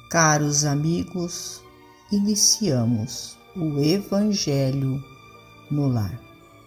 Caros amigos, iniciamos o Evangelho no Lar.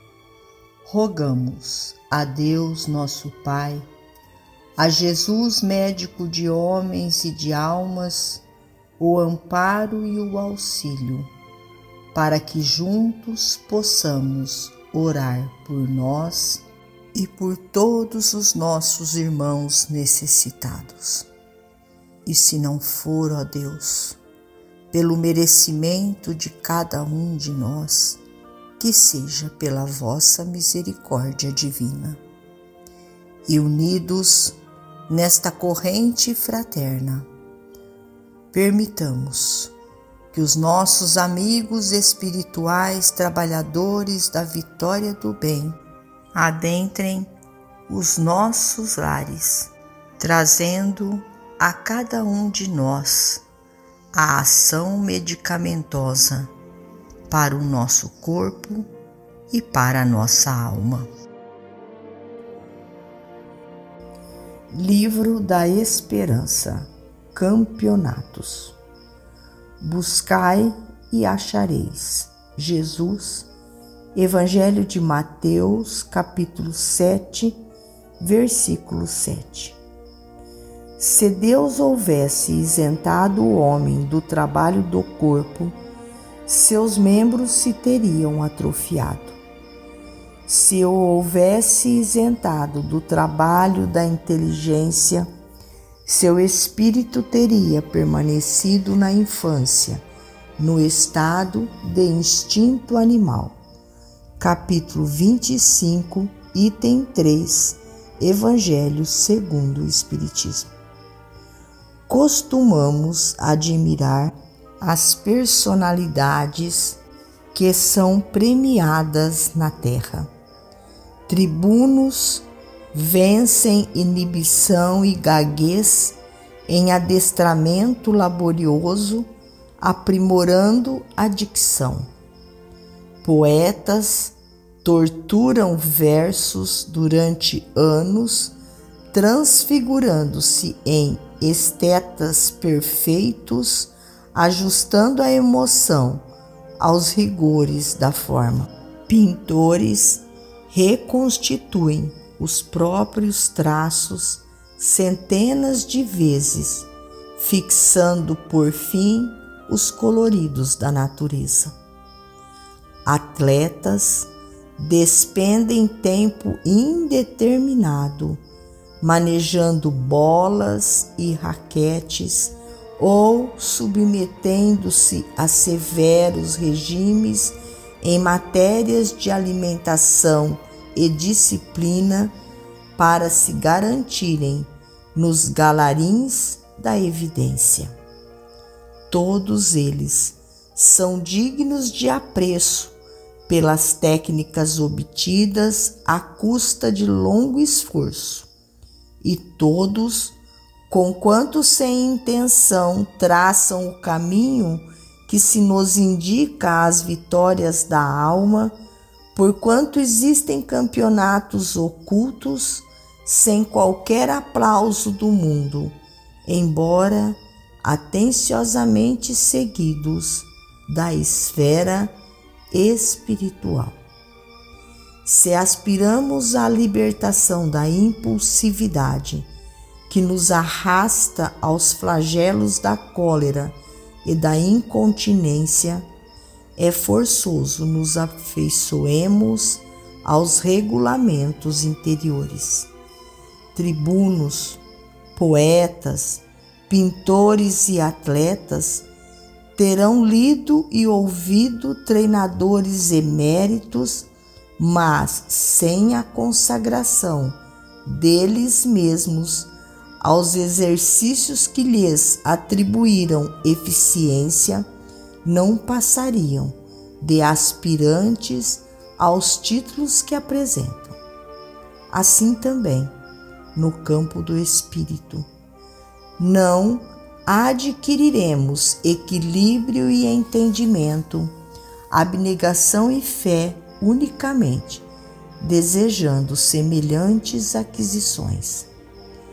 Rogamos a Deus nosso Pai, a Jesus, médico de homens e de almas, o amparo e o auxílio, para que juntos possamos orar por nós e por todos os nossos irmãos necessitados. E se não for, ó Deus, pelo merecimento de cada um de nós, que seja pela vossa misericórdia divina. E unidos nesta corrente fraterna, permitamos que os nossos amigos espirituais, trabalhadores da vitória do bem, adentrem os nossos lares, trazendo a cada um de nós a ação medicamentosa para o nosso corpo e para a nossa alma. Livro da Esperança, Campeonatos. Buscai e achareis. Jesus, Evangelho de Mateus, capítulo 7, versículo 7. Se Deus houvesse isentado o homem do trabalho do corpo, seus membros se teriam atrofiado. Se o houvesse isentado do trabalho da inteligência, seu espírito teria permanecido na infância, no estado de instinto animal. Capítulo 25, item 3, Evangelho segundo o Espiritismo. Costumamos admirar as personalidades que são premiadas na terra. Tribunos vencem inibição e gaguez em adestramento laborioso, aprimorando a dicção. Poetas torturam versos durante anos, transfigurando-se em estetas perfeitos, ajustando a emoção aos rigores da forma. Pintores reconstituem os próprios traços centenas de vezes, fixando por fim os coloridos da natureza. Atletas despendem tempo indeterminado manejando bolas e raquetes ou submetendo-se a severos regimes em matérias de alimentação e disciplina para se garantirem nos galarins da evidência. Todos eles são dignos de apreço pelas técnicas obtidas à custa de longo esforço, e todos, conquanto sem intenção, traçam o caminho que se nos indica as vitórias da alma, porquanto existem campeonatos ocultos sem qualquer aplauso do mundo, embora atenciosamente seguidos da esfera espiritual. Se aspiramos à libertação da impulsividade que nos arrasta aos flagelos da cólera e da incontinência, é forçoso nos afeiçoemos aos regulamentos interiores. Tribunos, poetas, pintores e atletas terão lido e ouvido treinadores eméritos, mas sem a consagração deles mesmos aos exercícios que lhes atribuíram eficiência, não passariam de aspirantes aos títulos que apresentam. Assim também, no campo do espírito, não adquiriremos equilíbrio e entendimento, abnegação e fé unicamente, desejando semelhantes aquisições.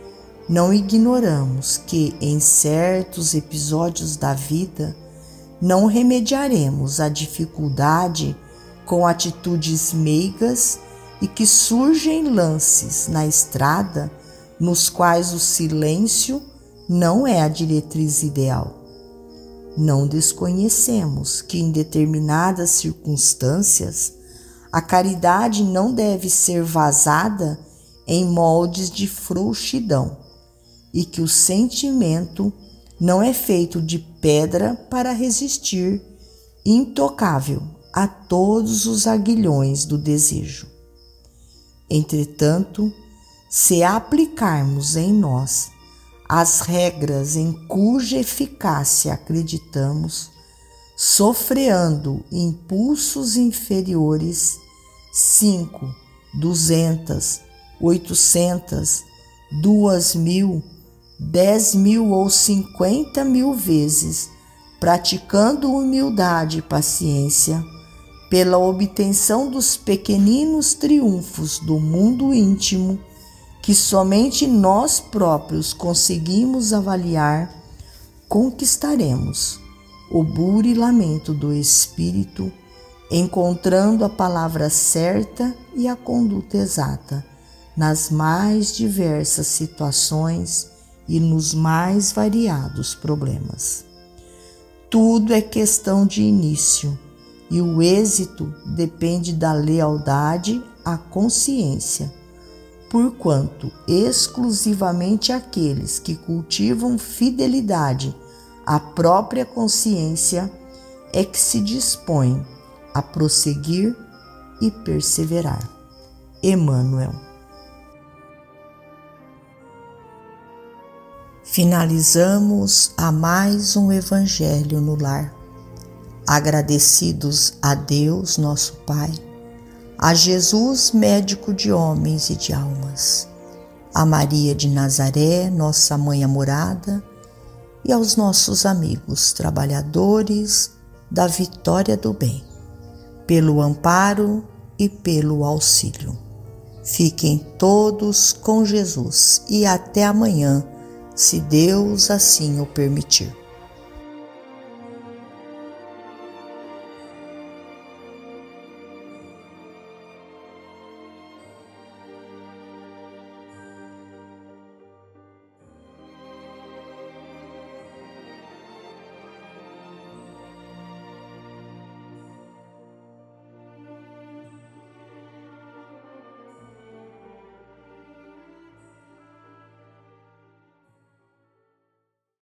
não ignoramos que, em certos episódios da vida, não remediaremos a dificuldade com atitudes meigas e que surgem lances na estrada nos quais o silêncio não é a diretriz ideal. Não desconhecemos que, em determinadas circunstâncias, a caridade não deve ser vazada em moldes de frouxidão e que o sentimento não é feito de pedra para resistir intocável a todos os aguilhões do desejo. Entretanto, se aplicarmos em nós as regras em cuja eficácia acreditamos, sofreando impulsos inferiores 5, 200, 800, 2.000, 10.000 ou 50.000 vezes, praticando humildade e paciência, pela obtenção dos pequeninos triunfos do mundo íntimo, que somente nós próprios conseguimos avaliar, conquistaremos o burilamento do espírito, encontrando a palavra certa e a conduta exata nas mais diversas situações e nos mais variados problemas. Tudo é questão de início e o êxito depende da lealdade à consciência, porquanto exclusivamente aqueles que cultivam fidelidade à própria consciência é que se dispõem a prosseguir e perseverar. Emmanuel. Finalizamos a mais um Evangelho no Lar. Agradecidos a Deus, nosso Pai, a Jesus, médico de homens e de almas, a Maria de Nazaré, nossa mãe amorada, e aos nossos amigos trabalhadores da vitória do bem, pelo amparo e pelo auxílio. Fiquem todos com Jesus e até amanhã, se Deus assim o permitir.